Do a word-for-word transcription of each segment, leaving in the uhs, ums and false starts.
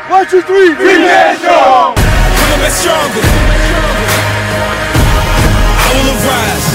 One, two, three, Free Nation! Coming back stronger. I will arise.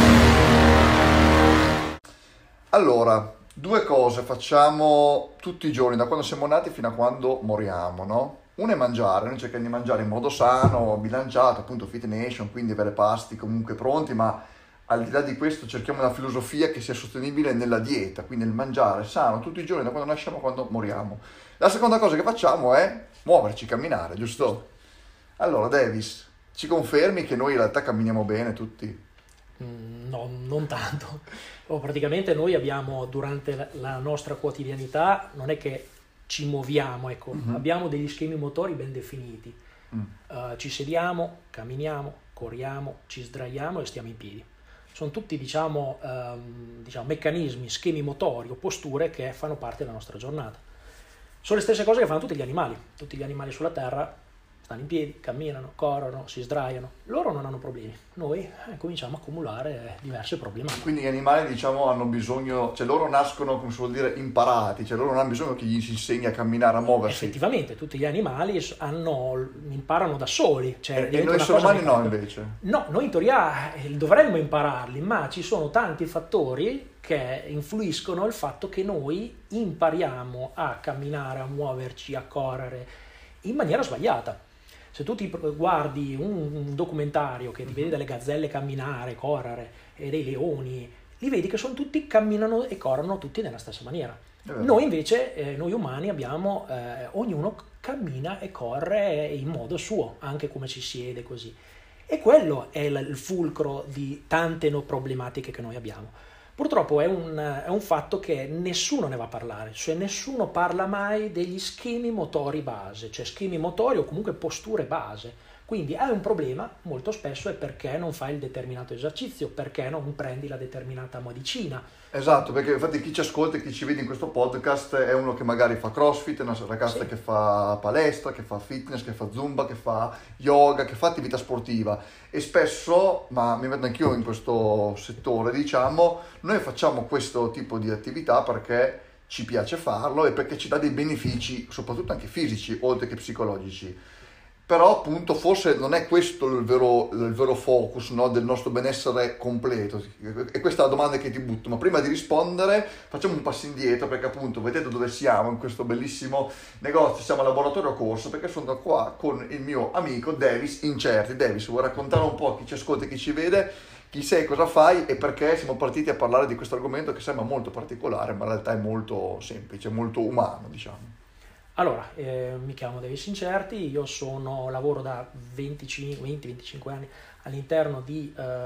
Allora, due cose facciamo tutti i giorni, da quando siamo nati fino a quando moriamo, no? Una è mangiare, noi cerchiamo di mangiare in modo sano, bilanciato, appunto Fit Nation, quindi avere pasti comunque pronti, ma al di là di questo cerchiamo una filosofia che sia sostenibile nella dieta, quindi il mangiare sano tutti i giorni, da quando nasciamo a quando moriamo. La seconda cosa che facciamo è muoverci, camminare, giusto? Allora, Davis, ci confermi che noi in realtà camminiamo bene tutti? Mm, no, non tanto. Oh, praticamente noi abbiamo, durante la, la nostra quotidianità, non è che ci muoviamo, ecco, Mhm. abbiamo degli schemi motori ben definiti. Mm. Uh, ci sediamo, camminiamo, corriamo, ci sdraiamo e stiamo in piedi. Sono tutti, diciamo, ehm, diciamo, meccanismi, schemi motori o posture che fanno parte della nostra giornata. Sono le stesse cose che fanno tutti gli animali. Tutti gli animali sulla Terra stanno in piedi, camminano, corrono, si sdraiano. Loro non hanno problemi. Noi eh, cominciamo a accumulare diverse problematiche. Quindi gli animali, diciamo, hanno bisogno, cioè loro nascono, come si vuol dire, imparati, cioè loro non hanno bisogno che gli si insegni a camminare, a muoversi. Effettivamente, tutti gli animali hanno, imparano da soli. Cioè, E, e diventa noi una esseri cosa umani no, meccanica. invece. No, noi in teoria eh, dovremmo impararli, ma ci sono tanti fattori che influiscono il fatto che noi impariamo a camminare, a muoverci, a correre in maniera sbagliata. Se tu ti guardi un, un documentario che ti vedi delle gazzelle camminare, correre e dei leoni, li vedi che sono tutti, camminano e corrono tutti nella stessa maniera. Noi invece, eh, noi umani abbiamo, eh, ognuno cammina e corre in modo suo, anche come si siede così. E quello è il, il fulcro di tante no problematiche che noi abbiamo. Purtroppo è un, è un fatto che nessuno ne va a parlare, cioè nessuno parla mai degli schemi motori base, cioè schemi motori o comunque posture base. Quindi hai un problema, molto spesso è perché non fai il determinato esercizio, perché non prendi la determinata medicina. Esatto, perché infatti chi ci ascolta e chi ci vede in questo podcast è uno che magari fa crossfit, è una ragazza Sì. che fa palestra, che fa fitness, che fa zumba, che fa yoga, che fa attività sportiva e spesso, ma mi metto anch'io in questo settore, diciamo, noi facciamo questo tipo di attività perché ci piace farlo e perché ci dà dei benefici, soprattutto anche fisici, oltre che psicologici. Però appunto forse non è questo il vero, il vero focus, no, del nostro benessere completo, e questa è la domanda che ti butto, ma prima di rispondere facciamo un passo indietro perché appunto vedete dove siamo in questo bellissimo negozio, siamo al laboratorio corso perché sono qua con il mio amico Davis Incerti. Davis, vuoi raccontare un po' a chi ci ascolta e chi ci vede chi sei, cosa fai e perché siamo partiti a parlare di questo argomento che sembra molto particolare ma in realtà è molto semplice, molto umano, diciamo. Allora, eh, mi chiamo Davis Incerti, io sono, lavoro da venti venticinque anni all'interno di,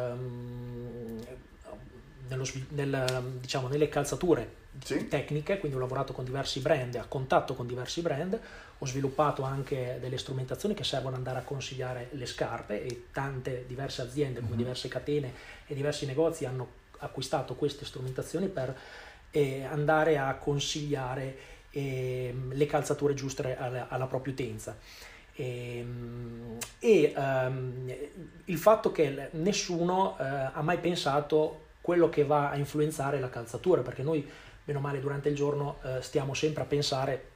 ehm, nello, nel, diciamo, nelle calzature Sì? tecniche, quindi ho lavorato con diversi brand, a contatto con diversi brand, ho sviluppato anche delle strumentazioni che servono ad andare a consigliare le scarpe e tante diverse aziende come Mhm. diverse catene e diversi negozi hanno acquistato queste strumentazioni per eh, andare a consigliare E, le calzature giuste alla, alla propria utenza e, e um, il fatto che nessuno uh, ha mai pensato quello che va a influenzare la calzatura, perché noi bene o male durante il giorno uh, stiamo sempre a pensare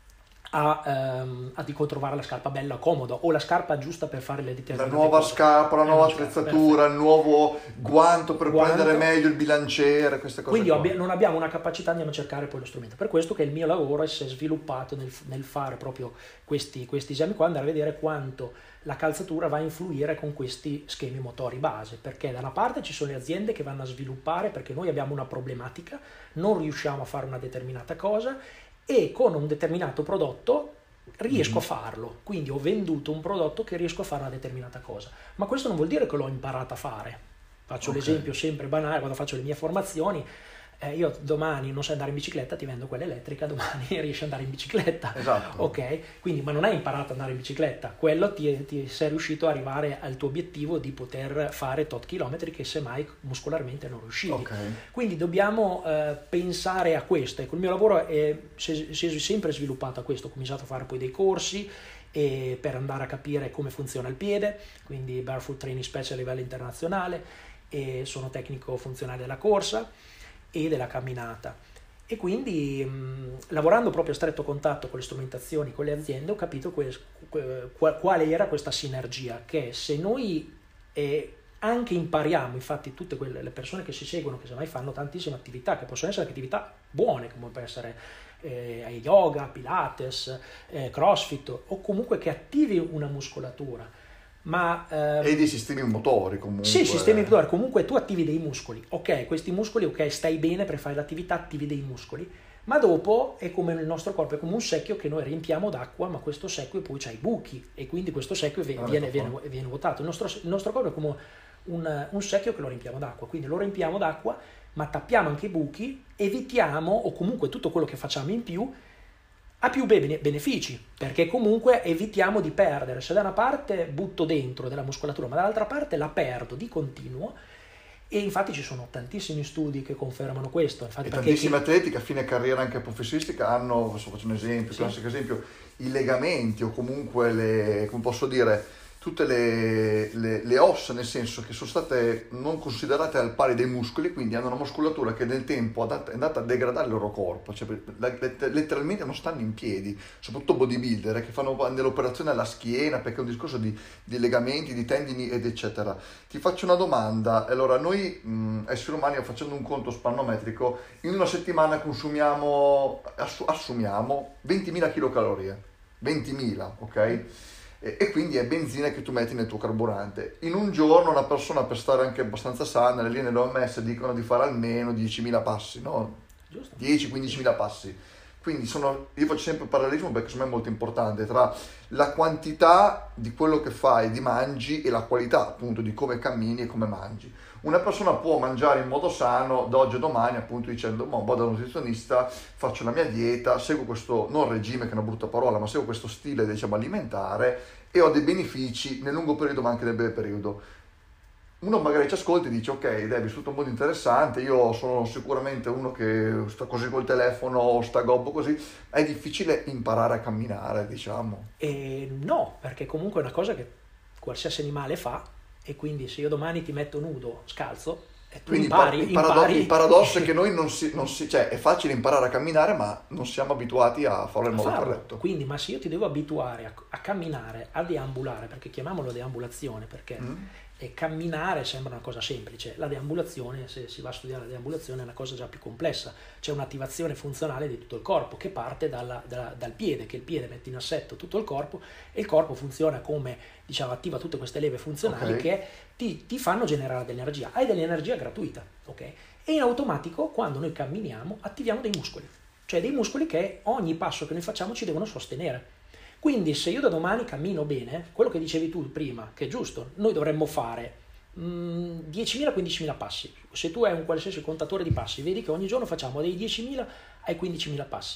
a, um, a di trovare la scarpa bella, comoda o la scarpa giusta per fare le La determinate nuova cose. scarpa, la nuova Eh, certo, attrezzatura, perfetto. il nuovo guanto per Guanto. prendere meglio il bilanciere, queste cose Quindi qua. abbia- non abbiamo una capacità, andiamo a cercare poi lo strumento. Per questo che il mio lavoro si è sviluppato nel, nel fare proprio questi, questi esami qua, andare a vedere quanto la calzatura va a influire con questi schemi motori base, perché da una parte ci sono le aziende che vanno a sviluppare perché noi abbiamo una problematica, non riusciamo a fare una determinata cosa e con un determinato prodotto riesco Mhm. a farlo, quindi ho venduto un prodotto che riesco a fare una determinata cosa, ma questo non vuol dire che l'ho imparata a fare. Faccio Ok. l'esempio sempre banale, quando faccio le mie formazioni, eh, io domani non sai andare in bicicletta, ti vendo quella elettrica, domani riesci ad andare in bicicletta. Esatto. Ok? Quindi, ma non hai imparato ad andare in bicicletta, quello ti, ti sei riuscito ad arrivare al tuo obiettivo di poter fare tot chilometri che semmai muscolarmente non riuscivi. Ok. Quindi dobbiamo eh, pensare a questo. Ecco, il mio lavoro è, si, è, si è sempre sviluppato a questo, ho cominciato a fare poi dei corsi e per andare a capire come funziona il piede, quindi Barefoot Training Special a livello internazionale, e sono tecnico funzionale della corsa e della camminata. E quindi mh, lavorando proprio a stretto contatto con le strumentazioni, con le aziende, ho capito que- que- quale era questa sinergia, che se noi eh, anche impariamo, infatti tutte quelle le persone che si seguono, che semmai fanno tantissime attività, che possono essere attività buone, come può essere eh, yoga, pilates, eh, crossfit, o comunque che attivi una muscolatura, ma ehm, e dei sistemi motori comunque. Sì, sistemi motori, comunque tu attivi dei muscoli, ok, questi muscoli, ok, stai bene per fare l'attività, attivi dei muscoli, ma dopo è come il nostro corpo, è come un secchio che noi riempiamo d'acqua, ma questo secchio poi c'ha i buchi e quindi questo secchio viene, viene, viene, viene vuotato. Il nostro, il nostro corpo è come un, un secchio che lo riempiamo d'acqua, quindi lo riempiamo d'acqua, ma tappiamo anche i buchi, evitiamo, o comunque tutto quello che facciamo in più ha più bene- benefici, perché comunque evitiamo di perdere. Se da una parte butto dentro della muscolatura, ma dall'altra parte la perdo di continuo, e infatti ci sono tantissimi studi che confermano questo. Infatti, e perché tantissimi chi... atleti che a fine carriera anche professionistica hanno, sto facendo un esempio, Sì. classico esempio, i legamenti o comunque le, come posso dire, tutte le, le, le ossa, nel senso che sono state non considerate al pari dei muscoli, quindi hanno una muscolatura che nel tempo è andata a degradare il loro corpo, cioè letteralmente non stanno in piedi, soprattutto bodybuilder che fanno dell'operazione alla schiena perché è un discorso di, di legamenti, di tendini ed eccetera. Ti faccio una domanda, allora noi mh, esseri umani, facendo un conto spannometrico, in una settimana consumiamo, assu- assumiamo ventimila chilocalorie, ventimila, ok? E quindi è benzina che tu metti nel tuo carburante. In un giorno una persona, per stare anche abbastanza sana, le linee dell'O M S dicono di fare almeno diecimila passi, no? Giusto. dieci quindicimila passi. Quindi sono, io faccio sempre il parallelismo perché secondo me è molto importante tra la quantità di quello che fai, di mangi, e la qualità appunto di come cammini e come mangi. Una persona può mangiare in modo sano da oggi a domani, appunto dicendo, ma vado da un nutrizionista, faccio la mia dieta, seguo questo, non regime che è una brutta parola, ma seguo questo stile, diciamo, alimentare, e ho dei benefici nel lungo periodo ma anche nel breve periodo. Uno magari ci ascolta e dice, ok, hai vissuto un modo interessante, io sono sicuramente uno che sta così col telefono, sta gobbo così, è difficile imparare a camminare, diciamo. E no, perché comunque è una cosa che qualsiasi animale fa, e quindi se io domani ti metto nudo, scalzo, e tu Quindi impari, il, parado- impari... il paradosso è che noi non si, non si, cioè è facile imparare a camminare, ma non siamo abituati a farlo in modo farlo. corretto. Quindi, ma se io ti devo abituare a, a camminare, a deambulare, perché chiamiamolo deambulazione, perché Mm. e camminare sembra una cosa semplice, la deambulazione, se si va a studiare la deambulazione, è una cosa già più complessa, c'è un'attivazione funzionale di tutto il corpo che parte dalla, dalla, dal piede, che il piede mette in assetto tutto il corpo, e il corpo funziona come, diciamo, attiva tutte queste leve funzionali, Ok. che ti, ti fanno generare dell'energia, hai dell'energia gratuita, ok? E in automatico quando noi camminiamo attiviamo dei muscoli, cioè dei muscoli che ogni passo che noi facciamo ci devono sostenere. Quindi se io da domani cammino bene, quello che dicevi tu prima, che è giusto, noi dovremmo fare mh, diecimila quindicimila passi. Se tu hai un qualsiasi contatore di passi, vedi che ogni giorno facciamo dai diecimila ai quindicimila passi.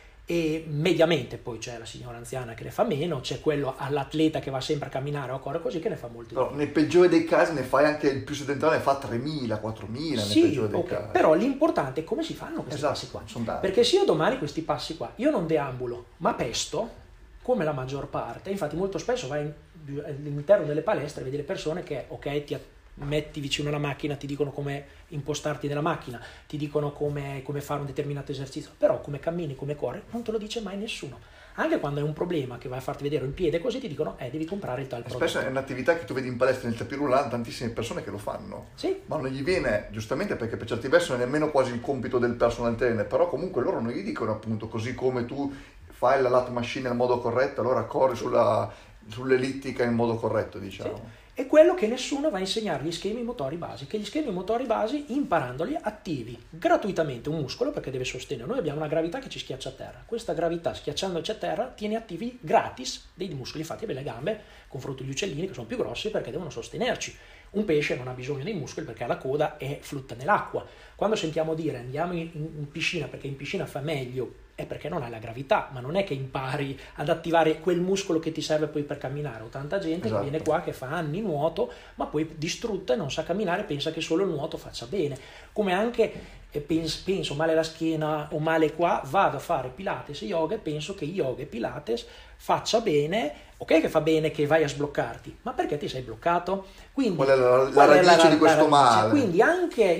E mediamente poi c'è la signora anziana che ne fa meno, c'è quello all'atleta che va sempre a camminare o a correre così che ne fa molti di Però più. nel peggiore dei casi ne fai anche il più sedentario, ne fa tremila, quattromila nel Sì, peggiore dei ok, casi. però l'importante è come si fanno questi Esatto, passi qua. sono tanti. Perché se io domani questi passi qua, io non deambulo, ma pesto, come la maggior parte, infatti molto spesso vai in- all'interno delle palestre e vedi le persone che, ok, ti metti vicino alla macchina, ti dicono come impostarti nella macchina, ti dicono come, come fare un determinato esercizio, però come cammini, come corri, non te lo dice mai nessuno. Anche quando hai un problema che vai a farti vedere in piede così, ti dicono, eh, devi comprare il tal E prodotto. spesso è un'attività che tu vedi in palestra nel tapis roulant, tantissime persone che lo fanno. Sì. Ma non gli viene, giustamente, perché per certi versi non è nemmeno quasi il compito del personal trainer, però comunque loro non gli dicono, appunto, così come tu fai la lat machine nel modo corretto, allora corri sulla, sull'ellittica in modo corretto, diciamo. Sì. È quello che nessuno va a insegnare, gli schemi motori basi, che gli schemi motori basi, imparandoli, attivi gratuitamente un muscolo perché deve sostenere. Noi abbiamo una gravità che ci schiaccia a terra, questa gravità schiacciandoci a terra tiene attivi gratis dei muscoli, infatti abbiamo le gambe, confronto agli uccellini che sono più grossi perché devono sostenerci. Un pesce non ha bisogno dei muscoli perché ha la coda e flutta nell'acqua. Quando sentiamo dire andiamo in, in piscina perché in piscina fa meglio, è perché non hai la gravità, ma non è che impari ad attivare quel muscolo che ti serve poi per camminare. Ho tanta gente Esatto. che viene qua che fa anni nuoto, ma poi distrutta e non sa camminare, pensa che solo il nuoto faccia bene. Come anche eh, penso, penso male alla schiena o male qua, vado a fare Pilates e yoga e penso che yoga e Pilates faccia bene, ok che fa bene che vai a sbloccarti, ma perché ti sei bloccato? Quindi, Qual è la- la qual è radice di questo male? Quindi anche io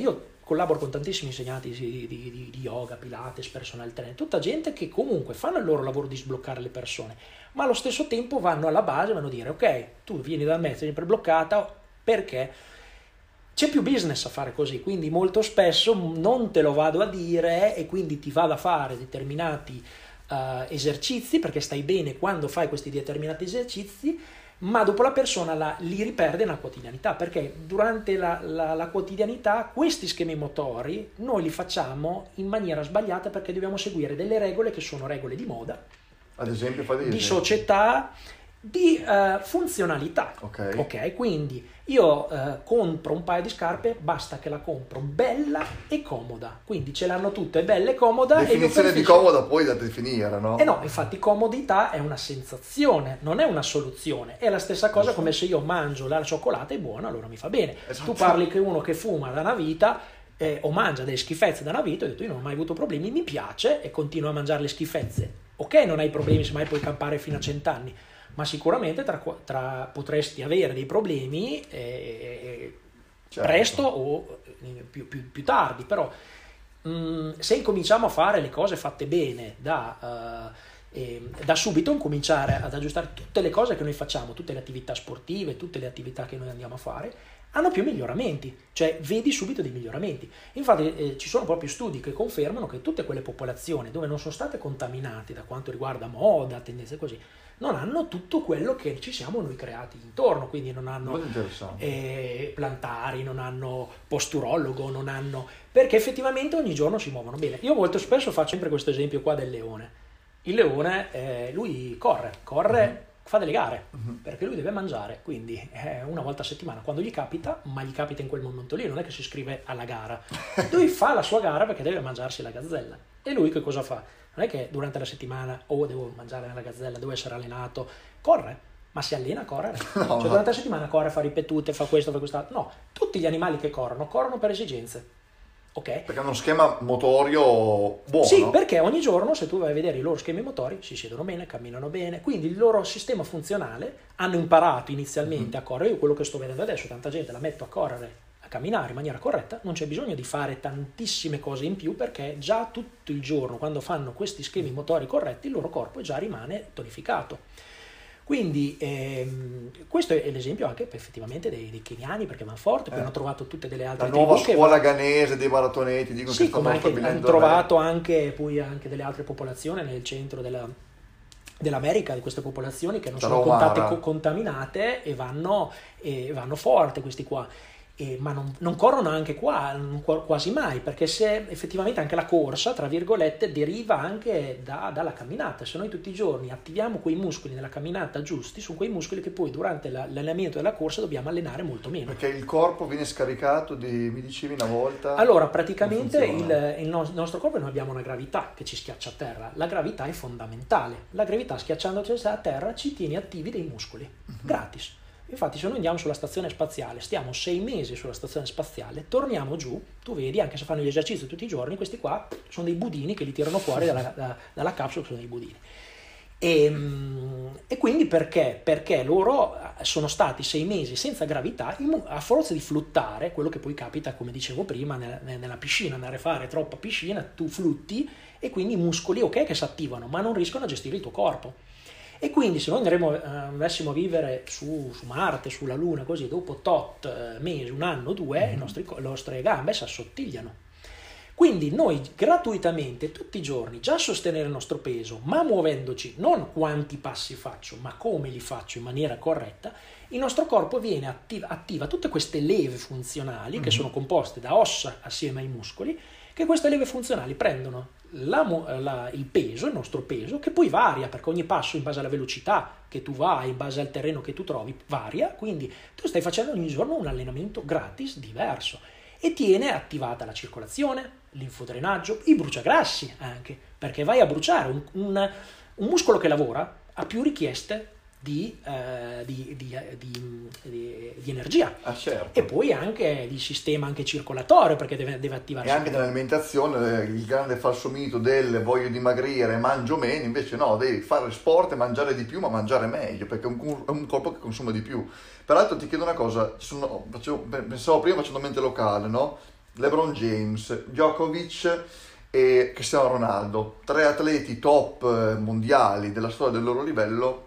collaboro con tantissimi insegnanti di, di, di, di yoga, pilates, personal trainer, tutta gente che comunque fanno il loro lavoro di sbloccare le persone, ma allo stesso tempo vanno alla base e vanno a dire ok, tu vieni da me, sei sempre bloccata, perché c'è più business a fare così, quindi molto spesso non te lo vado a dire e quindi ti vado a fare determinati uh, esercizi, perché stai bene quando fai questi determinati esercizi, ma dopo la persona la, li riperde nella quotidianità, perché durante la, la, la quotidianità questi schemi motori noi li facciamo in maniera sbagliata, perché dobbiamo seguire delle regole che sono regole di moda, ad esempio, fai di società, di uh, funzionalità. Ok. Ok, quindi io uh, compro un paio di scarpe, basta che la compro bella e comoda, quindi ce l'hanno tutte bella e comoda. Definizione e di comoda poi da definire, no? Eh no, infatti comodità è una sensazione, non è una soluzione. È la stessa cosa come se io mangio la cioccolata è buona, allora mi fa bene. Esatto. Tu parli che uno che fuma da una vita eh, o mangia delle schifezze da una vita, ho detto io non ho mai avuto problemi, mi piace e continuo a mangiare le schifezze. Ok, non hai problemi, se mai puoi campare fino a cent'anni, ma sicuramente tra, tra potresti avere dei problemi eh, certo. presto o eh, più, più, più tardi, però mh, se incominciamo a fare le cose fatte bene da, uh, eh, da subito, incominciare ad aggiustare tutte le cose che noi facciamo, tutte le attività sportive, tutte le attività che noi andiamo a fare, hanno più miglioramenti, cioè vedi subito dei miglioramenti. Infatti eh, ci sono proprio studi che confermano che tutte quelle popolazioni dove non sono state contaminate da quanto riguarda moda, tendenze così, non hanno tutto quello che ci siamo noi creati intorno, quindi non hanno eh, plantari, non hanno posturologo, non hanno, perché effettivamente ogni giorno si muovono bene. Io molto spesso faccio sempre questo esempio qua del leone. Il leone, eh, lui corre, corre, uh-huh. fa delle gare, uh-huh. perché lui deve mangiare, quindi eh, una volta a settimana, quando gli capita, ma gli capita in quel momento lì, non è che si iscrive alla gara. Lui fa la sua gara perché deve mangiarsi la gazzella. E lui che cosa fa? Non è che durante la settimana, oh devo mangiare nella gazzella, devo essere allenato, corre, ma si allena a correre. No, cioè no. durante la settimana corre, fa ripetute, fa questo, fa quest'altro. No, tutti gli animali che corrono, corrono per esigenze. Ok? Perché hanno uno schema motorio buono. Sì, perché ogni giorno, se tu vai a vedere i loro schemi motori, si siedono bene, camminano bene, quindi il loro sistema funzionale hanno imparato inizialmente mm. a correre. Io quello che sto vedendo adesso, tanta gente la metto a correre, a camminare in maniera corretta, non c'è bisogno di fare tantissime cose in più, perché già tutto il giorno, quando fanno questi schemi motori corretti, il loro corpo già rimane tonificato. Quindi ehm, questo è l'esempio anche effettivamente dei, dei keniani, perché vanno forte, poi eh. hanno trovato tutte delle altre la nuova tribù scuola che ghanese dei maratoneti, dicono sì, che stanno come anche stabilendo hanno trovato anche, poi anche delle altre popolazioni nel centro della, dell'America, di queste popolazioni che non sono contate, co- contaminate e vanno, e vanno forte questi qua. E, ma non, non corrono anche qua, non, quasi mai, perché se effettivamente anche la corsa, tra virgolette, deriva anche da, dalla camminata. Se noi tutti i giorni attiviamo quei muscoli nella camminata giusti, sono quei muscoli che poi durante la, l'allenamento della corsa dobbiamo allenare molto meno. Perché il corpo viene scaricato di, mi dicevi una volta? Allora, praticamente il, il nostro corpo, noi abbiamo una gravità che ci schiaccia a terra. La gravità è fondamentale. La gravità, schiacciandoci a terra, ci tiene attivi dei muscoli, uh-huh. gratis. Infatti se noi andiamo sulla stazione spaziale, stiamo sei mesi sulla stazione spaziale, torniamo giù, tu vedi, anche se fanno gli esercizi tutti i giorni, questi qua sono dei budini che li tirano fuori dalla, da, dalla capsula, sono dei budini. E, e quindi perché? Perché loro sono stati sei mesi senza gravità, a forza di flottare, quello che poi capita, come dicevo prima, nella, nella piscina, andare a fare troppa piscina, tu flutti e quindi i muscoli ok che si attivano, ma non riescono a gestire il tuo corpo. E quindi se noi andremo, eh, andessimo a vivere su, su Marte, sulla Luna, così, dopo tot eh, mesi, un anno, due, mm-hmm. i nostri, le nostre gambe si assottigliano. Quindi noi gratuitamente, tutti i giorni, già sostenere il nostro peso, ma muovendoci, non quanti passi faccio, ma come li faccio in maniera corretta, il nostro corpo viene attiva, attiva tutte queste leve funzionali, mm-hmm. che sono composte da ossa assieme ai muscoli, che queste leve funzionali prendono La, la, il peso, il nostro peso, che poi varia, perché ogni passo in base alla velocità che tu vai, in base al terreno che tu trovi, varia, quindi tu stai facendo ogni giorno un allenamento gratis diverso e tiene attivata la circolazione, l'infodrenaggio, i bruciagrassi anche, perché vai a bruciare un, un, un muscolo che lavora ha più richieste di, uh, di, di, di, di, di energia, ah, certo. e poi anche di sistema anche circolatorio, perché deve, deve attivare e anche nell'alimentazione il grande falso mito del voglio dimagrire, mangio meno, invece no, devi fare sport e mangiare di più, ma mangiare meglio, perché è un, è un corpo che consuma di più. Peraltro ti chiedo una cosa, sono, facevo, pensavo prima facendo mente locale, no? LeBron James, Djokovic e Cristiano Ronaldo, tre atleti top mondiali della storia del loro livello.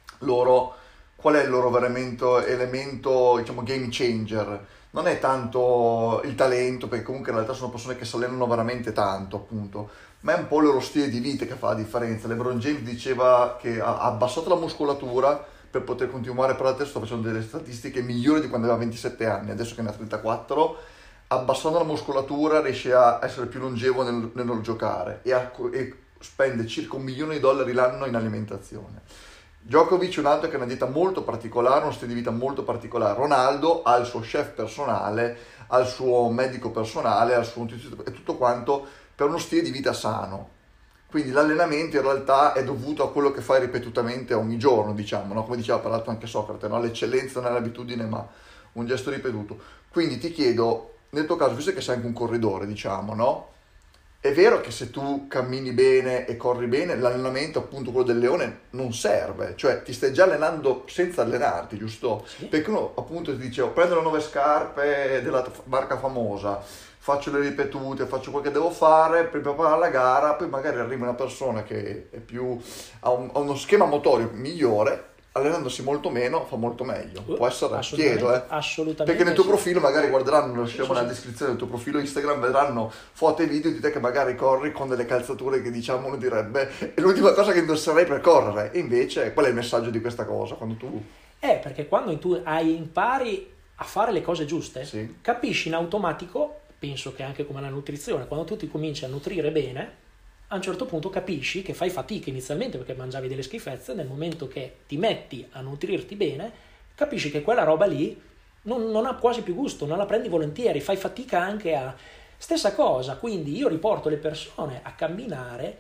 Loro, qual è il loro veramente elemento, diciamo, game changer? Non è tanto il talento, perché comunque in realtà sono persone che si allenano veramente tanto, appunto, ma è un po' il loro stile di vita che fa la differenza. LeBron James diceva che ha abbassato la muscolatura per poter continuare, per adesso sta facendo delle statistiche migliori di quando aveva ventisette anni, adesso che ne ha trentaquattro, abbassando la muscolatura riesce a essere più longevo nel, nel giocare e, a, e spende circa un milione di dollari l'anno in alimentazione. Djokovic è un altro che ha una dieta molto particolare, uno stile di vita molto particolare. Ronaldo ha il suo chef personale, ha il suo medico personale, ha il suo nutrizionista e tutto quanto per uno stile di vita sano. Quindi l'allenamento in realtà è dovuto a quello che fai ripetutamente ogni giorno, diciamo, no? Come diceva peraltro anche Socrate, no? L'eccellenza non è l'abitudine ma un gesto ripetuto. Quindi ti chiedo, nel tuo caso, visto che sei anche un corridore, diciamo, no? È vero che se tu cammini bene e corri bene, l'allenamento, appunto quello del leone, non serve, cioè ti stai già allenando senza allenarti, giusto? Sì. Perché uno appunto ti dice, oh, prendo le nuove scarpe della marca famosa, faccio le ripetute, faccio quel che devo fare per preparare la gara, poi magari arriva una persona che è più, ha, un, ha uno schema motorio migliore, allenandosi molto meno fa molto meglio. Può essere, chiedo, eh. Assolutamente. Perché nel tuo sì. profilo magari guarderanno, lo lasciamo sì, nella sì. descrizione del tuo profilo Instagram, vedranno foto e video di te che magari corri con delle calzature che, diciamo, uno direbbe è l'ultima cosa che indosserei per correre. E invece qual è il messaggio di questa cosa? Quando tu... Eh, perché quando tu hai, impari a fare le cose giuste, sì. capisci in automatico, penso che anche come la nutrizione, quando tu ti cominci a nutrire bene, a un certo punto capisci che fai fatica inizialmente perché mangiavi delle schifezze, nel momento che ti metti a nutrirti bene, capisci che quella roba lì non, non ha quasi più gusto, non la prendi volentieri, fai fatica anche a... Stessa cosa, quindi io riporto le persone a camminare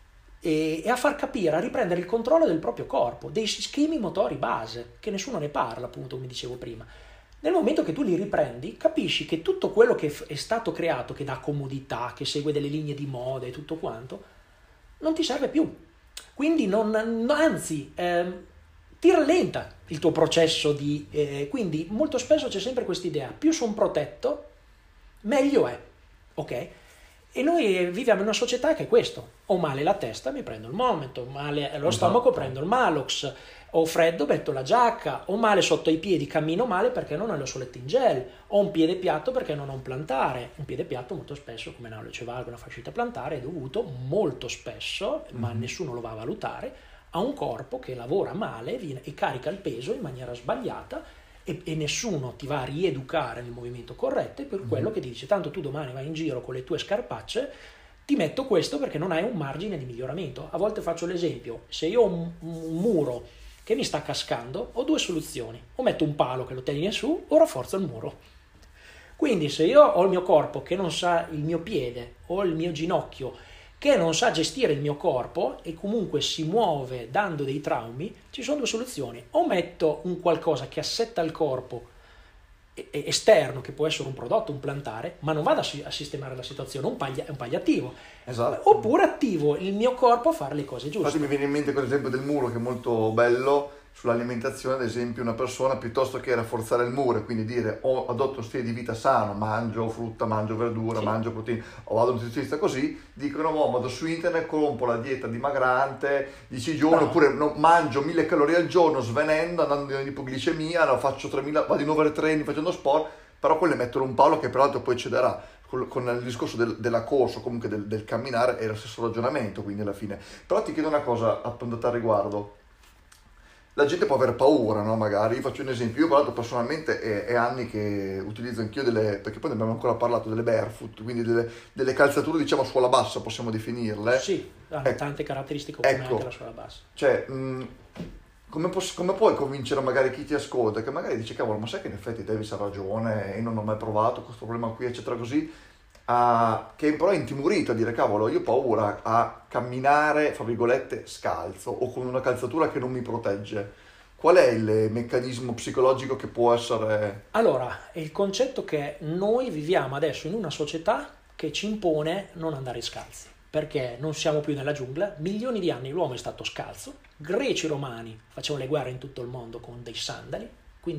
e, e a far capire, a riprendere il controllo del proprio corpo, dei schemi motori base, che nessuno ne parla, appunto, come dicevo prima. Nel momento che tu li riprendi, capisci che tutto quello che è stato creato, che dà comodità, che segue delle linee di moda e tutto quanto, non ti serve più. Quindi, non, no, anzi, eh, ti rallenta il tuo processo di... Eh, quindi, molto spesso c'è sempre questa idea, più sono protetto, meglio è, ok? E noi viviamo in una società che è questo. Ho male la testa, mi prendo il Momento, ho male lo stomaco, prendo il Malox, ho freddo, metto la giacca, ho male sotto i piedi, cammino male perché non ho lo soletto in gel, ho un piede piatto perché non ho un plantare. Un piede piatto molto spesso, come Naolo diceva, una fascita plantare, è dovuto molto spesso, mm-hmm. ma nessuno lo va a valutare, a un corpo che lavora male viene, e carica il peso in maniera sbagliata e, e nessuno ti va a rieducare nel movimento corretto, per quello mm-hmm. che ti dice, tanto tu domani vai in giro con le tue scarpacce, ti metto questo perché non hai un margine di miglioramento. A volte faccio l'esempio, se io ho un, un muro che mi sta cascando, ho due soluzioni: o metto un palo che lo tiene su o rafforzo il muro. Quindi se io ho il mio corpo che non sa, il mio piede o il mio ginocchio che non sa gestire il mio corpo e comunque si muove dando dei traumi, ci sono due soluzioni: o metto un qualcosa che assetta il corpo esterno, che può essere un prodotto, un plantare, ma non vado a sistemare la situazione, un paglia- è un palliativo. Esatto. Oppure attivo il mio corpo a fare le cose giuste. Infatti mi viene in mente quell'esempio del muro che è molto bello sull'alimentazione, ad esempio una persona piuttosto che rafforzare il muro e quindi dire o adotto uno stile di vita sano, mangio frutta, mangio verdura, sì. mangio proteine o vado a un nutrizionista così, dicono no, vado su internet, compro la dieta dimagrante dieci giorni, no. oppure no, mangio mille calorie al giorno svenendo, andando in ipoglicemia, no, faccio tremila, vado in overtraining facendo sport, però poi le mettono un palo che peraltro poi cederà. Con il discorso del, della corsa, comunque del, del camminare, è lo stesso ragionamento, quindi alla fine. Però ti chiedo una cosa appunto al riguardo. La gente può avere paura, no? Magari, io faccio un esempio, io tra l'altro personalmente è, è anni che utilizzo anch'io delle, perché poi ne abbiamo ancora parlato, delle barefoot, quindi delle, delle calzature diciamo a suola bassa, possiamo definirle. Sì, hanno ecco. tante caratteristiche come ecco. anche la suola bassa. Cioè, mh, come, poss- come puoi convincere magari chi ti ascolta, che magari dice cavolo, ma sai che in effetti Davis ha ragione, io non ho mai provato questo problema qui, eccetera così, a, che però è intimorito a dire cavolo, io ho paura a camminare, fra virgolette, scalzo o con una calzatura che non mi protegge. Qual è il meccanismo psicologico che può essere... Allora, è il concetto che noi viviamo adesso in una società che ci impone non andare scalzi, perché non siamo più nella giungla, milioni di anni l'uomo è stato scalzo, greci romani facevano le guerre in tutto il mondo con dei sandali, quindi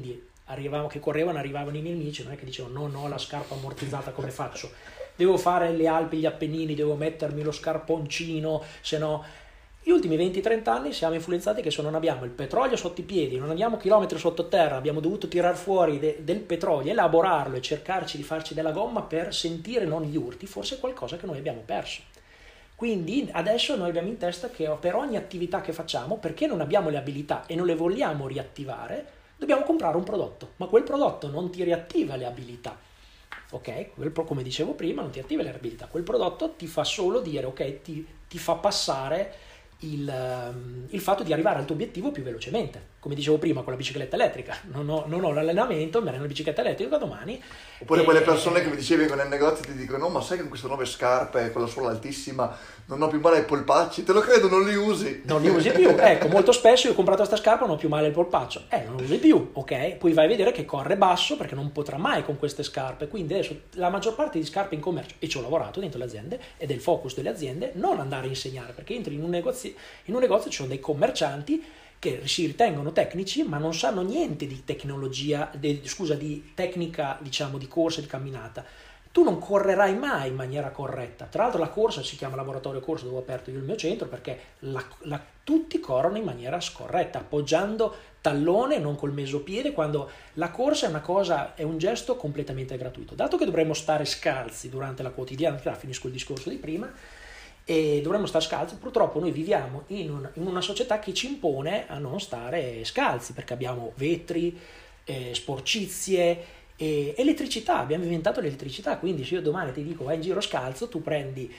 arrivavamo, che correvano, arrivavano i miei amici, non è che dicevano no, no, la scarpa ammortizzata come faccio? Devo fare le Alpi, gli Appennini, devo mettermi lo scarponcino, se no... Gli ultimi venti trenta anni siamo influenzati che se non abbiamo il petrolio sotto i piedi, non abbiamo chilometri sottoterra, abbiamo dovuto tirar fuori de- del petrolio, elaborarlo e cercarci di farci della gomma per sentire non gli urti, forse è qualcosa che noi abbiamo perso. Quindi adesso noi abbiamo in testa che per ogni attività che facciamo, perché non abbiamo le abilità e non le vogliamo riattivare, dobbiamo comprare un prodotto, ma quel prodotto non ti riattiva le abilità. Ok, quel, come dicevo prima, non ti attiva le abilità, quel prodotto ti fa solo dire, ok, ti, ti fa passare Il, il fatto di arrivare al tuo obiettivo più velocemente, come dicevo prima con la bicicletta elettrica. Non ho, non ho l'allenamento, mi alleno la bicicletta elettrica domani. Oppure e... quelle persone che mi dicevi nel negozio ti dicono no, ma sai che con queste nuove scarpe con la suola altissima non ho più male ai polpacci? Te lo credo, non li usi. Non li usi più. Ecco, molto spesso io ho comprato questa scarpa, non ho più male al polpaccio. Eh, non lo usi più, ok? Poi vai a vedere che corre basso perché non potrà mai con queste scarpe. Quindi adesso la maggior parte di scarpe in commercio, e ci ho lavorato dentro le aziende, ed è il focus delle aziende, non andare a insegnare, perché entri in un negozio, in un negozio ci sono dei commercianti che si ritengono tecnici ma non sanno niente di tecnologia, di, scusa, di tecnica, diciamo, di corsa e di camminata. Tu non correrai mai in maniera corretta. Tra l'altro la corsa si chiama laboratorio corsa, dove ho aperto io il mio centro, perché la, la, tutti corrono in maniera scorretta, appoggiando tallone, non col mesopiede, quando la corsa è una cosa, è un gesto completamente gratuito. Dato che dovremmo stare scalzi durante la quotidianità, finisco il discorso di prima, e dovremmo stare scalzi, purtroppo noi viviamo in, un, in una società che ci impone a non stare scalzi, perché abbiamo vetri, eh, sporcizie, eh, elettricità, abbiamo inventato l'elettricità, quindi se io domani ti dico vai in giro scalzo, tu prendi,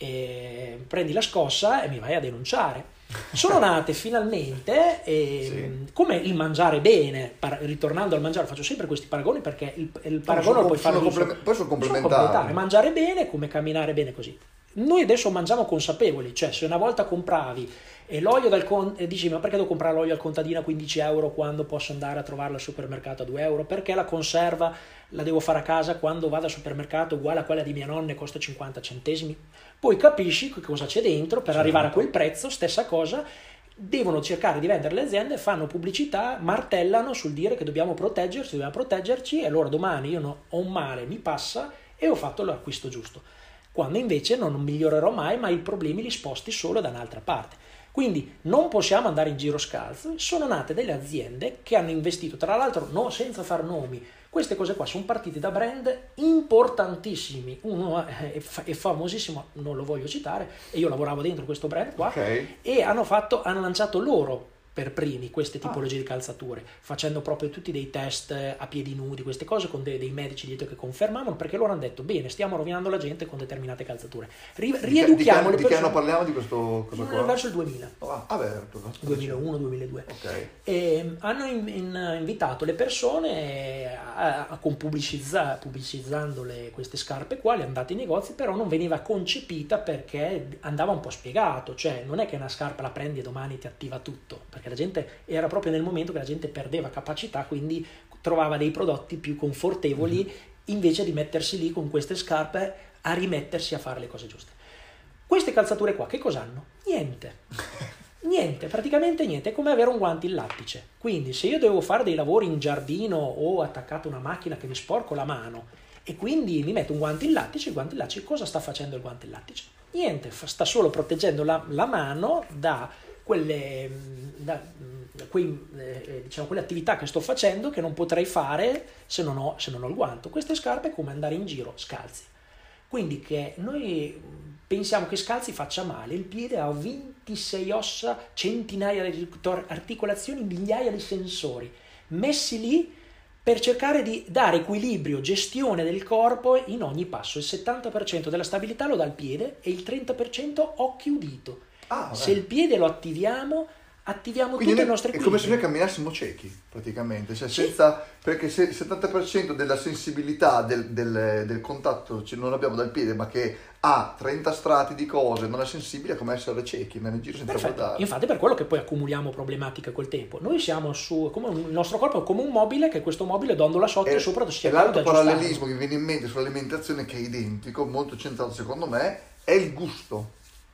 eh, prendi la scossa e mi vai a denunciare. Sono nate finalmente eh, sì. come il mangiare bene, par- ritornando al mangiare, faccio sempre questi paragoni perché il, il paragone lo puoi fare sono complement- poi sono complementari. sono complementari, mangiare bene come camminare bene, così. Noi adesso mangiamo consapevoli, cioè se una volta compravi e l'olio dal con- e dici ma perché devo comprare l'olio al contadino a quindici euro quando posso andare a trovarlo al supermercato a due euro? Perché la conserva la devo fare a casa quando vado al supermercato uguale a quella di mia nonna e costa cinquanta centesimi? Poi capisci che cosa c'è dentro per certo. arrivare a quel prezzo, stessa cosa, devono cercare di vendere le aziende, fanno pubblicità, martellano sul dire che dobbiamo proteggerci, dobbiamo proteggerci e allora domani io no, ho un male, mi passa e ho fatto l'acquisto giusto. Quando invece non migliorerò mai, ma i problemi li sposti solo da un'altra parte. Quindi non possiamo andare in giro scalzo. Sono nate delle aziende che hanno investito, tra l'altro no, senza far nomi, queste cose qua sono partite da brand importantissimi, uno è, fa- è famosissimo, non lo voglio citare, e io lavoravo dentro questo brand qua, okay. e hanno, fatto, hanno lanciato loro per primi queste tipologie ah. di calzature, facendo proprio tutti dei test a piedi nudi, queste cose con dei, dei medici dietro che confermavano, perché loro hanno detto bene, stiamo rovinando la gente con determinate calzature, Ri- rieduchiamo di le che, persone. di che anno parliamo di questo cosa qua? Verso il duemila. Ah, ah beh, duemilauno duemiladue. Okay. E hanno in, in, invitato le persone a, a, con pubblicizza, pubblicizzando le, queste scarpe qua, le andate ai negozi, però non veniva concepita perché andava un po' spiegato, cioè non è che una scarpa la prendi e domani ti attiva tutto, perché la gente era proprio nel momento che la gente perdeva capacità, quindi trovava dei prodotti più confortevoli mm-hmm. invece di mettersi lì con queste scarpe a rimettersi a fare le cose giuste. Queste calzature qua che cosa hanno? Niente. Niente, praticamente niente, è come avere un guanto in lattice. Quindi se io devo fare dei lavori in giardino o attaccato a una macchina che mi sporco la mano e quindi mi metto un guanto in lattice, il guanto in lattice cosa sta facendo il guanto in lattice? Niente, sta solo proteggendo la, la mano da quelle, da, quei, eh, diciamo, quelle attività che sto facendo che non potrei fare se non ho, se non ho il guanto. Queste scarpe è come andare in giro scalzi. Quindi che noi pensiamo che scalzi faccia male, il piede ha ventisei ossa, centinaia di articolazioni, migliaia di sensori messi lì per cercare di dare equilibrio, gestione del corpo in ogni passo. Il settanta per cento della stabilità lo dà il piede e il trenta per cento occhio udito. Ah, se il piede lo attiviamo, attiviamo tutto il nostro equilibrio. È come se noi camminassimo ciechi, praticamente, cioè sì. senza, perché se il settanta per cento della sensibilità del, del, del contatto non l'abbiamo dal piede, ma che ha trenta strati di cose, non è sensibile, è come essere ciechi, andare in giro senza Perfetto. guardare. Infatti è per quello che poi accumuliamo problematiche col tempo. Noi siamo su, come un, il nostro corpo è come un mobile, che questo mobile dondola sotto e, e sopra si E l'altro parallelismo che viene in mente sull'alimentazione, che è identico, molto centrato secondo me, è il gusto.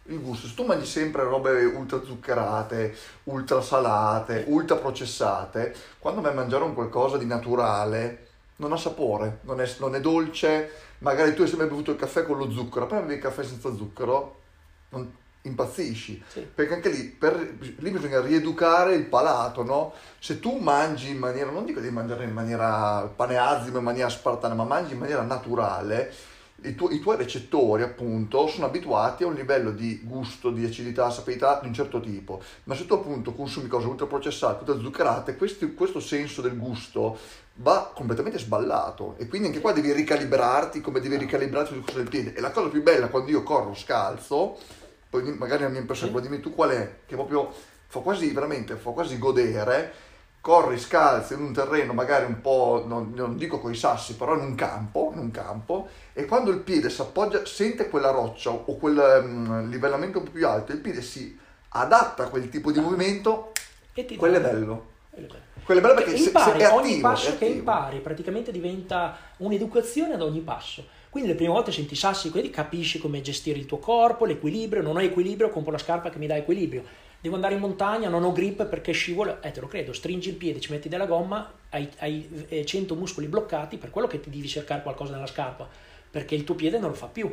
il gusto. Se tu mangi sempre robe ultra zuccherate, ultra salate, ultra processate, quando vai a mangiare un qualcosa di naturale non ha sapore, non è, non è dolce. Magari tu hai sempre bevuto il caffè con lo zucchero, poi bevi il caffè senza zucchero, non, impazzisci. Sì. Perché anche lì, per, lì bisogna rieducare il palato, no? Se tu mangi in maniera, non dico di mangiare in maniera paneazima, in maniera spartana, ma mangi in maniera naturale, I, tu, i tuoi recettori appunto sono abituati a un livello di gusto, di acidità, sapidità di un certo tipo. Ma se tu appunto consumi cose ultraprocessate, ultra zuccherate, questi, questo senso del gusto va completamente sballato, e quindi anche qua devi ricalibrarti come devi ricalibrarti sul corso del piede. E la cosa più bella quando io corro scalzo, poi magari la mia impressione, poi dimmi tu qual è, che proprio fa quasi veramente fa quasi godere. Corri scalzo in un terreno magari un po', non, non dico coi sassi, però in un campo, in un campo, e quando il piede si appoggia, sente quella roccia o quel um, livellamento un po' più alto, il piede si adatta a quel tipo di movimento, e ti quello è dà- bello. quello è bello. Quello è bello perché se, impari, se è ogni attivo, passo è che attivo. impari praticamente diventa un'educazione ad ogni passo. Quindi le prime volte senti i sassi, quindi capisci come gestire il tuo corpo, l'equilibrio. Non ho equilibrio, compro la scarpa che mi dà equilibrio. Devo andare in montagna, non ho grip perché scivolo, eh te lo credo, stringi il piede, ci metti della gomma, hai, hai eh, cento muscoli bloccati, per quello che ti devi cercare qualcosa nella scarpa, perché il tuo piede non lo fa più.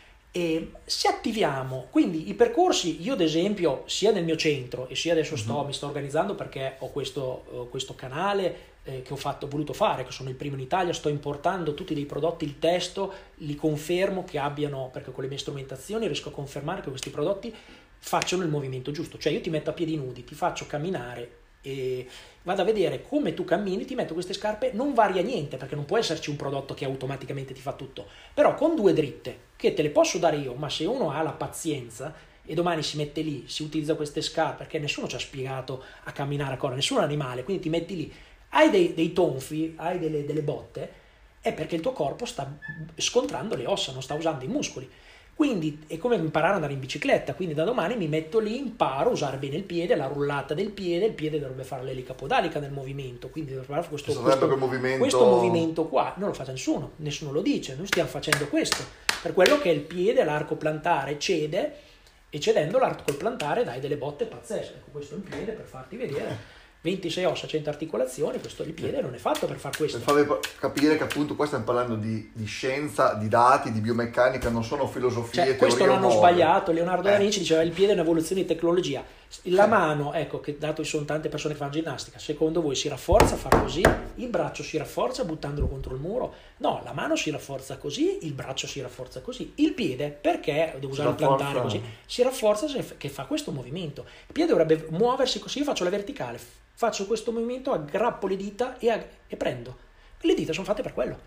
E se attiviamo, quindi i percorsi, io ad esempio, sia nel mio centro e sia adesso sto, mm-hmm. mi sto organizzando perché ho questo, ho questo canale eh, che ho fatto, voluto fare, che sono il primo in Italia, sto importando tutti dei prodotti, il testo, li confermo che abbiano, perché con le mie strumentazioni riesco a confermare che questi prodotti facciano il movimento giusto. Cioè io ti metto a piedi nudi, ti faccio camminare e vado a vedere come tu cammini, ti metto queste scarpe, non varia niente perché non può esserci un prodotto che automaticamente ti fa tutto, però con due dritte che te le posso dare io, ma se uno ha la pazienza e domani si mette lì, si utilizza queste scarpe, perché nessuno ci ha spiegato a camminare a correre, nessun animale, quindi ti metti lì, hai dei, dei tonfi, hai delle, delle botte, è perché il tuo corpo sta scontrando le ossa, non sta usando i muscoli. Quindi è come imparare ad andare in bicicletta, quindi da domani mi metto lì, imparo a usare bene il piede, la rullata del piede, il piede dovrebbe fare l'elica podalica nel movimento, quindi dovrebbe fare questo, questo, movimento... questo movimento qua, non lo fa nessuno, nessuno lo dice, noi stiamo facendo questo, per quello che il piede, l'arco plantare cede, e cedendo l'arco plantare dai delle botte pazzesche. Ecco, questo è il piede per farti vedere. ventisei ossa, cento articolazioni, questo il piede non è fatto per far questo. Per farvi capire che appunto qua stiamo parlando di, di scienza, di dati, di biomeccanica, non sono filosofie, cioè, questo l'hanno nuove. sbagliato. Leonardo eh. da Vinci diceva il piede è un'evoluzione di tecnologia. La mano, ecco, che dato che sono tante persone che fanno ginnastica, secondo voi si rafforza a far così? Il braccio si rafforza buttandolo contro il muro? No, la mano si rafforza così, il braccio si rafforza così. Il piede, perché devo usare il plantare così? Si rafforza se che fa questo movimento. Il piede dovrebbe muoversi così, io faccio la verticale, faccio questo movimento, aggrappo le dita e, ag- e prendo. Le dita sono fatte per quello.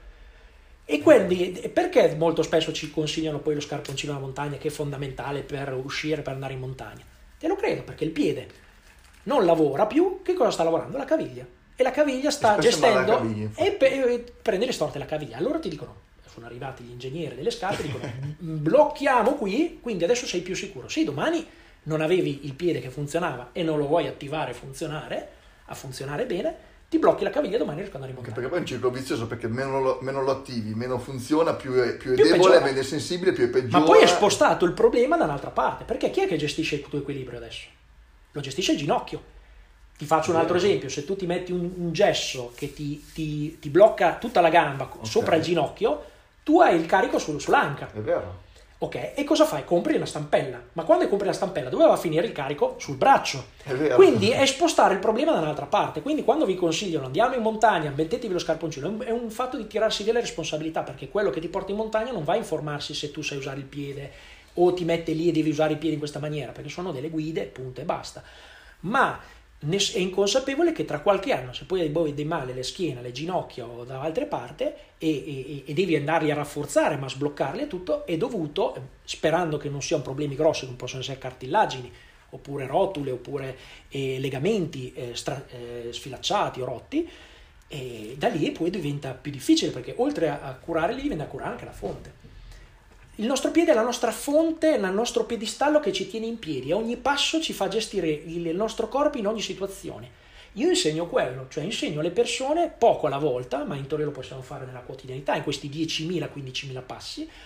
E quindi perché molto spesso ci consigliano poi lo scarponcino alla montagna, che è fondamentale per uscire, per andare in montagna? Te lo credo, perché il piede non lavora più, che cosa sta lavorando? La caviglia. E la caviglia sta gestendo caviglia, e, pe- e prende le storte la caviglia. Allora ti dicono, sono arrivati gli ingegneri delle scarpe, dicono blocchiamo qui, quindi adesso sei più sicuro. Sì, domani non avevi il piede che funzionava e non lo vuoi attivare a funzionare, a funzionare bene, ti blocchi la caviglia, domani riesco ad andare in montagna. Perché poi è un ciclo vizioso, perché meno lo, meno lo attivi, meno funziona, più è, più è più debole, peggiora. meno è sensibile, più è peggiore. Ma poi è spostato il problema da un'altra parte, perché chi è che gestisce il tuo equilibrio adesso? Lo gestisce il ginocchio. Ti faccio un altro esempio: se tu ti metti un, un gesso che ti, ti, ti blocca tutta la gamba okay. sopra il ginocchio, tu hai il carico su, sull'anca. È vero. Ok, e cosa fai? Compri una stampella, ma quando compri la stampella dove va a finire il carico? Sul braccio. È vero. Quindi è spostare il problema da un'altra parte. Quindi quando vi consigliano andiamo in montagna, mettetevi lo scarponcino, è un, è un fatto di tirarsi via le responsabilità, perché quello che ti porta in montagna non va a informarsi se tu sai usare il piede o ti mette lì e devi usare il piede in questa maniera, perché sono delle guide, punto e basta. Ma è inconsapevole che tra qualche anno, se poi hai dei male alle schiene, alle ginocchia o da altre parti e, e, e devi andarli a rafforzare ma sbloccarli e tutto, è dovuto, sperando che non siano problemi grossi, non possono essere cartilagini oppure rotule oppure eh, legamenti eh, stra, eh, sfilacciati o rotti, e da lì poi diventa più difficile, perché oltre a, a curarli viene a curare anche la fonte. Il nostro piede è la nostra fonte, il nostro piedistallo che ci tiene in piedi, a ogni passo ci fa gestire il nostro corpo in ogni situazione. Io insegno quello, cioè insegno alle persone poco alla volta, ma in teoria lo possiamo fare nella quotidianità, in questi diecimila quindicimila passi,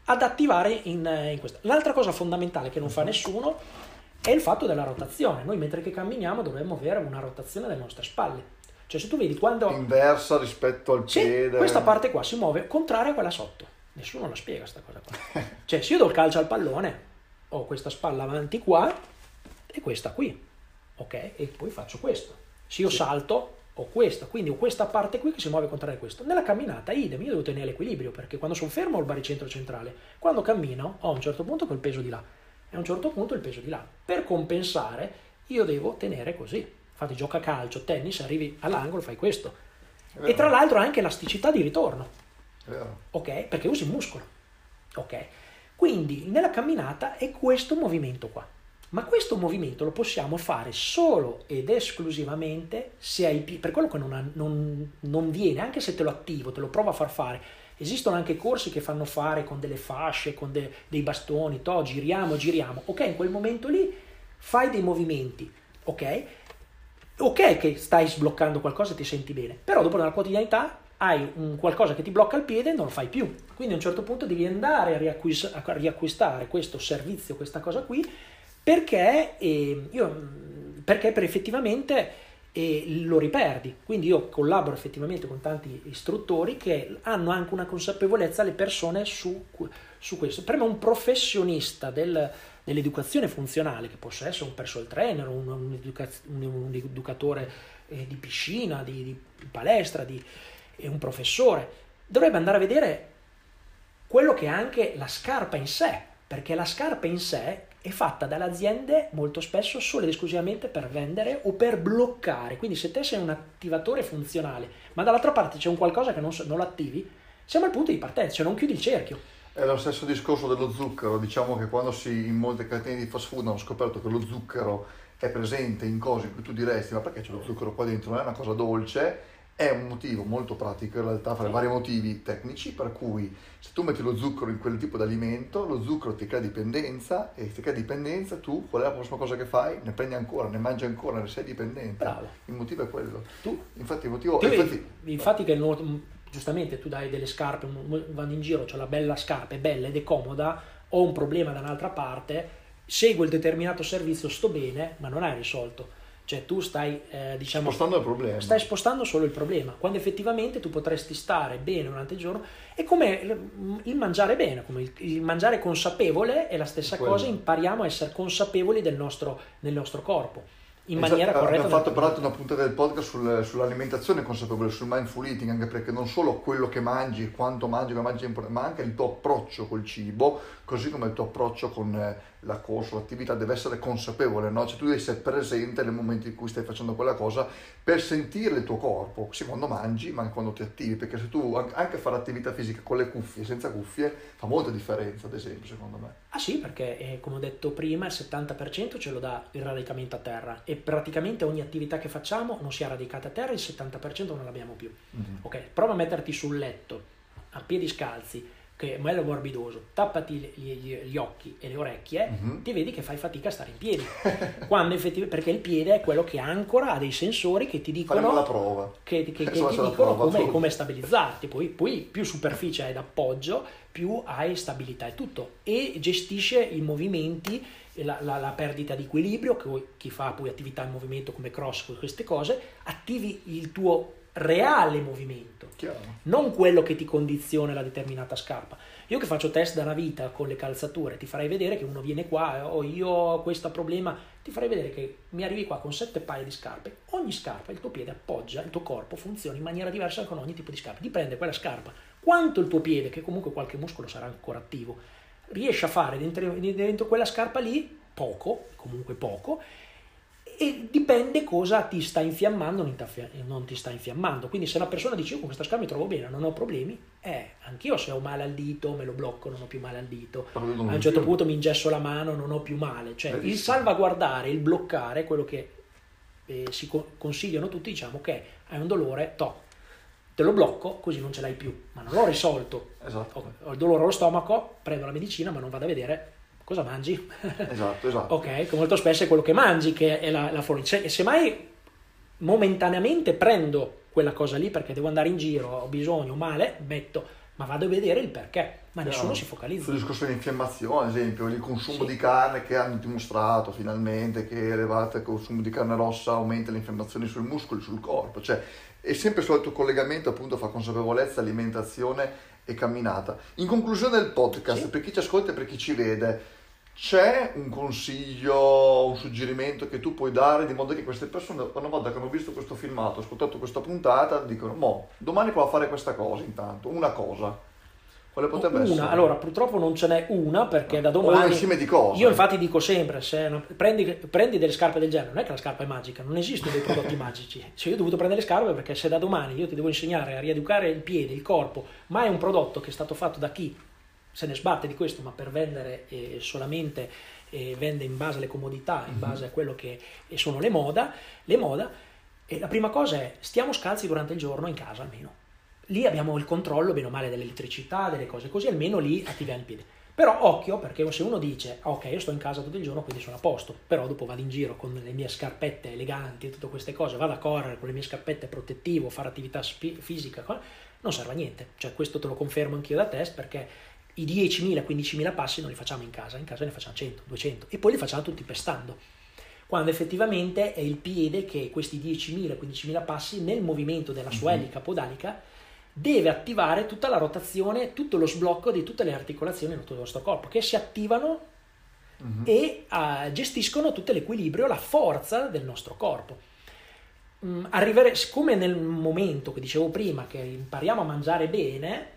ad attivare in, in questo. L'altra cosa fondamentale che non fa nessuno è il fatto della rotazione. Noi mentre che camminiamo dovremmo avere una rotazione delle nostre spalle. Cioè se tu vedi quando... Inversa rispetto al sì, piede. Questa parte qua si muove contraria a quella sotto. Nessuno la spiega sta cosa qua. Cioè se io do il calcio al pallone, ho questa spalla avanti qua e questa qui. Ok? E poi faccio questo. Se io sì. salto, ho questa. Quindi ho questa parte qui che si muove contraria a questo. Nella camminata, idem, io devo tenere l'equilibrio, perché quando sono fermo ho il baricentro centrale. Quando cammino ho a un certo punto quel peso di là e a un certo punto il peso di là. Per compensare io devo tenere così. Infatti gioca a calcio, tennis, arrivi all'angolo, fai questo. E tra l'altro anche elasticità di ritorno. Ok? Perché usi il muscolo. Ok? Quindi nella camminata è questo movimento qua. Ma questo movimento lo possiamo fare solo ed esclusivamente se hai piedi, per quello che non, ha, non, non viene, anche se te lo attivo, te lo provo a far fare. Esistono anche corsi che fanno fare con delle fasce, con de, dei bastoni, to, giriamo, giriamo. Ok, in quel momento lì fai dei movimenti, ok? Ok che stai sbloccando qualcosa e ti senti bene, però dopo nella quotidianità hai un qualcosa che ti blocca il piede e non lo fai più. Quindi a un certo punto devi andare a, riacquist- a riacquistare questo servizio, questa cosa qui, perché, eh, io, perché per effettivamente eh, lo riperdi. Quindi io collaboro effettivamente con tanti istruttori che hanno anche una consapevolezza, le persone, su, su questo. Per me un professionista del... dell'educazione funzionale, che possa essere un personal trainer, un, un, educa- un, un educatore eh, di piscina, di, di palestra, di, eh, un professore, dovrebbe andare a vedere quello che è anche la scarpa in sé, perché la scarpa in sé è fatta dalle aziende molto spesso solo ed esclusivamente per vendere o per bloccare. Quindi se te sei un attivatore funzionale, ma dall'altra parte c'è un qualcosa che non, non lo attivi, siamo al punto di partenza, cioè non chiudi il cerchio. È lo stesso discorso dello zucchero. Diciamo che quando si, in molte catene di fast food hanno scoperto che lo zucchero è presente in cose in cui tu diresti ma perché c'è lo zucchero qua dentro, non è una cosa dolce, è un motivo molto pratico in realtà, fra i vari motivi tecnici, per cui se tu metti lo zucchero in quel tipo di alimento, lo zucchero ti crea dipendenza, e se ti crea dipendenza tu qual è la prossima cosa che fai? Ne prendi ancora, ne mangi ancora, ne sei dipendente. Bravo. Il motivo è quello. Tu, infatti il motivo... tu, infatti, infatti che il, giustamente tu dai delle scarpe, vanno in giro, c'è la bella scarpa, è bella ed è comoda, ho un problema da un'altra parte, seguo il determinato servizio, sto bene, ma non hai risolto. Cioè tu stai, eh, diciamo, spostando il problema. Stai spostando solo il problema, quando effettivamente tu potresti stare bene durante il giorno. È come il mangiare bene, come il, il mangiare consapevole è la stessa Quello. cosa, impariamo a essere consapevoli del nostro, del nostro corpo. In esatto, maniera corretta. Abbiamo fatto peraltro una puntata del podcast sul, sull'alimentazione consapevole, sul mindful eating, anche perché non solo quello che mangi, quanto mangi, come mangi, ma anche il tuo approccio col cibo, così come il tuo approccio con la corsa, l'attività, deve essere consapevole, no? Cioè tu devi essere presente nel momento in cui stai facendo quella cosa per sentire il tuo corpo, sia quando mangi ma anche quando ti attivi, perché se tu anche fare attività fisica con le cuffie, senza cuffie, fa molta differenza, ad esempio, secondo me. Ah sì, perché eh, come ho detto prima il settanta per cento ce lo dà il radicamento a terra e praticamente ogni attività che facciamo non sia radicata a terra, il settanta per cento non l'abbiamo più. Mm-hmm. Ok, prova a metterti sul letto a piedi scalzi, che è bello morbidoso, tappati gli, gli, gli occhi e le orecchie, mm-hmm. ti vedi che fai fatica a stare in piedi. Quando effettivamente, perché il piede è quello che ancora ha dei sensori che ti dicono la prova. che, che, che ti dicono prova, come, come stabilizzarti. Poi, poi più superficie hai d'appoggio, più hai stabilità e tutto. E gestisce i movimenti, la, la, la perdita di equilibrio, che chi fa poi attività in movimento come cross, queste cose, attivi il tuo reale movimento, chiaro, non quello che ti condiziona la determinata scarpa. Io che faccio test da una vita con le calzature, ti farei vedere che uno viene qua, o oh, io ho questo problema, ti farei vedere che mi arrivi qua con sette paia di scarpe, ogni scarpa il tuo piede appoggia, il tuo corpo funziona in maniera diversa con ogni tipo di scarpa, dipende quella scarpa, quanto il tuo piede, che comunque qualche muscolo sarà ancora attivo, riesce a fare dentro, dentro quella scarpa lì, poco, comunque poco, e dipende cosa ti sta infiammando o non ti sta infiammando. Quindi se una persona dice io con questa scarpa mi trovo bene, non ho problemi, eh, anch'io se ho male al dito me lo blocco, non ho più male al dito, a un certo punto mi ingesso la mano, non ho più male. Cioè il salvaguardare, il bloccare, quello che eh, si co- consigliano tutti, diciamo che hai un dolore, to, te lo blocco così non ce l'hai più, ma non l'ho risolto. Esatto. Ho il dolore allo stomaco, prendo la medicina ma non vado a vedere cosa mangi. Esatto, esatto. Ok, che molto spesso è quello che mangi che è la, la fornitura. E semmai momentaneamente prendo quella cosa lì perché devo andare in giro, ho bisogno, male, metto ma vado a vedere il perché, ma nessuno no. si focalizza. Sul discorso dell'infiammazione, ad esempio, il consumo Sì. di carne, che hanno dimostrato finalmente che elevate il consumo di carne rossa aumenta le infiammazioni sui muscoli, sul corpo, cioè è sempre il solito collegamento appunto fra consapevolezza, alimentazione e camminata. In conclusione del podcast, Sì. per chi ci ascolta e per chi ci vede, c'è un consiglio, un suggerimento che tu puoi dare di modo che queste persone, una volta che hanno visto questo filmato, ascoltato questa puntata, dicono: mo, domani provo a fare questa cosa intanto, una cosa. Quale potrebbe Una, essere? allora purtroppo non ce n'è una, perché da O un domani insieme di cose. io infatti dico sempre, se non- prendi, prendi delle scarpe del genere, non è che la scarpa è magica, non esistono dei prodotti magici, cioè io ho dovuto prendere le scarpe perché se da domani io ti devo insegnare a rieducare il piede, il corpo, ma è un prodotto che è stato fatto da chi se ne sbatte di questo, ma per vendere eh, solamente eh, vende in base alle comodità, in base a quello che sono le moda, le moda, e la prima cosa è stiamo scalzi durante il giorno in casa almeno. Lì abbiamo il controllo, bene o male, dell'elettricità, delle cose così, almeno lì attiviamo il piede. Però occhio, perché se uno dice, ok, io sto in casa tutto il giorno, quindi sono a posto, però dopo vado in giro con le mie scarpette eleganti e tutte queste cose, vado a correre con le mie scarpette protettivo, fare attività spi- fisica, non serve a niente. Cioè questo te lo confermo anch'io da test, perché i diecimila, quindicimila passi non li facciamo in casa, in casa ne facciamo cento, duecento, e poi li facciamo tutti pestando. Quando effettivamente è il piede che questi diecimila, quindicimila passi nel movimento della sua elica podalica deve attivare tutta la rotazione, tutto lo sblocco di tutte le articolazioni del nostro corpo, che si attivano mm-hmm. e uh, gestiscono tutto l'equilibrio, la forza del nostro corpo. Mm, arrivare, come nel momento che dicevo prima, che impariamo a mangiare bene,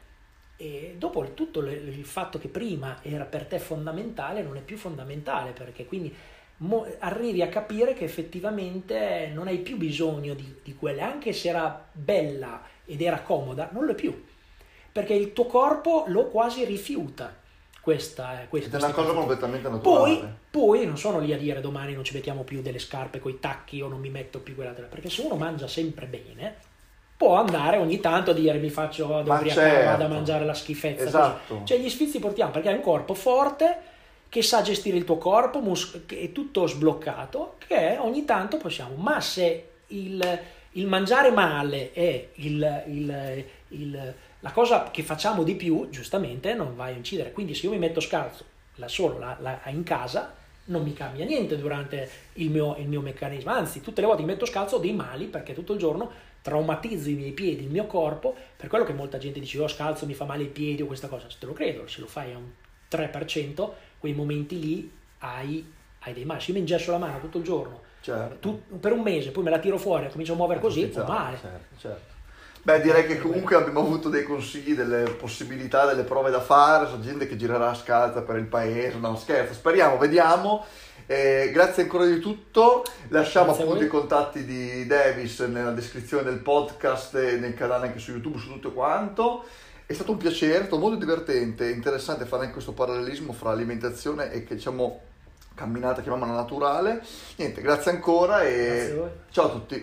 e dopo tutto le, il fatto che prima era per te fondamentale non è più fondamentale, perché quindi mo, arrivi a capire che effettivamente non hai più bisogno di, di quelle, anche se era bella ed era comoda, non lo è più, perché il tuo corpo lo quasi rifiuta questa, questa ed è una cosa completamente naturale. Poi, poi non sono lì a dire domani non ci mettiamo più delle scarpe coi tacchi o non mi metto più quella, perché se uno mangia sempre bene può andare ogni tanto a dire mi faccio ad ubriacare, certo. vado a mangiare la schifezza, esatto. Così. Cioè gli sfizi portiamo, perché hai un corpo forte che sa gestire il tuo corpo, mus- che è tutto sbloccato, che ogni tanto possiamo, ma se il, il mangiare male è il, il, il, la cosa che facciamo di più, giustamente non vai a incidere. Quindi se io mi metto scalzo la solo la, la, in casa, non mi cambia niente durante il mio, il mio meccanismo, anzi tutte le volte che mi metto scalzo ho dei mali, perché tutto il giorno traumatizzo i miei piedi, il mio corpo, per quello che molta gente dice oh scalzo mi fa male i piedi o questa cosa, se te lo credo, se lo fai a un tre per cento, quei momenti lì hai, hai dei mali. Se io mi ingesso la mano tutto il giorno, certo. tu, per un mese, poi me la tiro fuori e comincio a muovere così, ho male. Certo, certo. Beh, direi che comunque abbiamo avuto dei consigli, delle possibilità, delle prove da fare, c'è gente che girerà a scalza per il paese, no scherzo, speriamo, vediamo. Eh, grazie ancora di tutto, lasciamo Grazie appunto i contatti di Davis nella descrizione del podcast e nel canale anche su YouTube, su tutto quanto. È stato un piacere, è stato molto divertente, interessante fare anche questo parallelismo fra alimentazione e che diciamo camminata, chiamiamola naturale. Niente, grazie ancora e Grazie a voi. ciao a tutti.